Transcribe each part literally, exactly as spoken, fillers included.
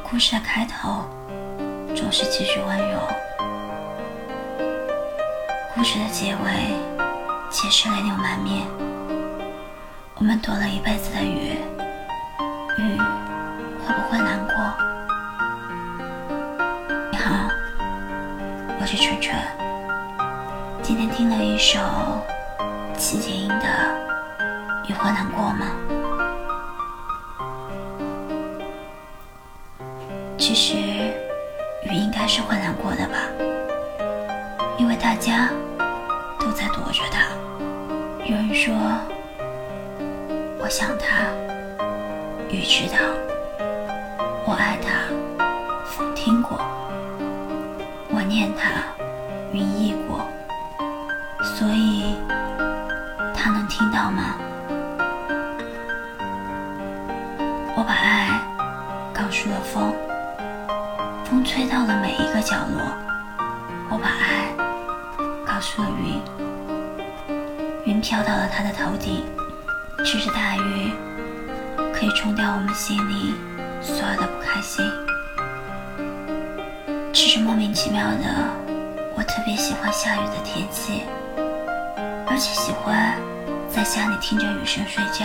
故事的开头总是极具温柔，故事的结尾却是泪流满面。我们躲了一辈子的雨，雨会不会难过？你好，我是纯纯。今天听了一首齐洁莹的《雨会难过吗》。其实雨应该是会难过的吧，因为大家都在躲着它。有人说我想他，雨知道；我爱他，风听过；我念他，云忆过。所以他能听到吗？我把爱告诉了风，风吹到了每一个角落。我把爱告诉了云，云飘到了他的头顶。只是大雨可以冲掉我们心里所有的不开心。只是莫名其妙的，我特别喜欢下雨的天气，而且喜欢在家里听着雨声睡觉，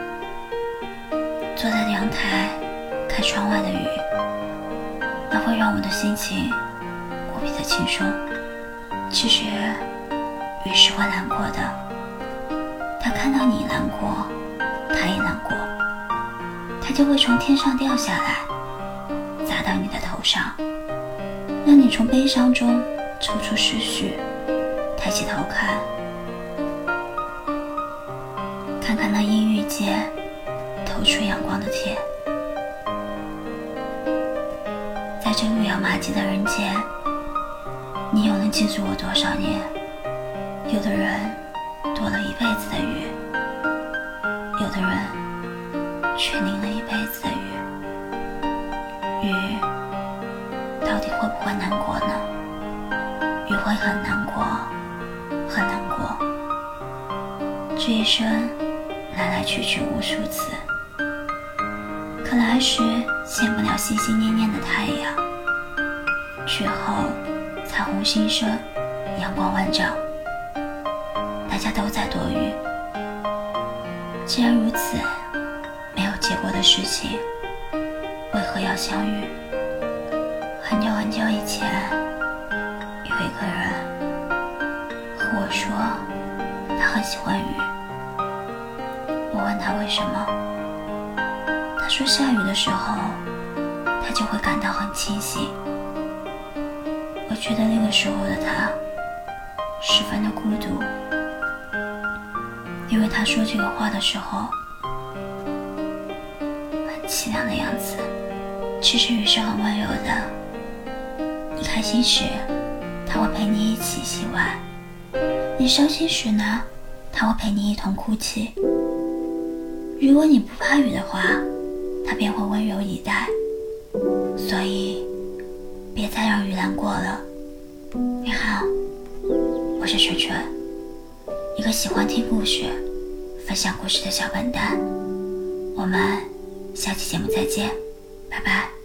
坐在阳台看窗外的雨，那会让我的心情无比的轻松。其实雨是会难过的，他看到你难过，他也难过，他就会从天上掉下来，砸到你的头上，让你从悲伤中抽出思绪，抬起头看，看看那阴郁间透出阳光的天。在这路遥马急的人间，你又能记住我多少年？有的人躲了一辈子的雨，有的人却淋了一辈子的雨。雨到底会不会难过呢？雨会很难过，很难过。这一生来来去去无数次，可来时见不了心心念念的太阳，去后彩虹新生，阳光万丈。大家都在躲雨。既然如此，没有结果的事情为何要相遇？很久很久以前，有一个人和我说他很喜欢雨。我问他为什么，他说下雨的时候他就会感到很清醒。我觉得那个时候的他十分的孤独，因为他说这个话的时候很凄凉的样子。其实雨是很温柔的，你开心时他会陪你一起洗碗，你伤心时呢，他会陪你一同哭泣。如果你不怕雨的话，他便会温柔以待。所以别再让雨难过了。你好，我是纯纯，一个喜欢听故事分享故事的小笨蛋。我们下期节目再见，拜拜。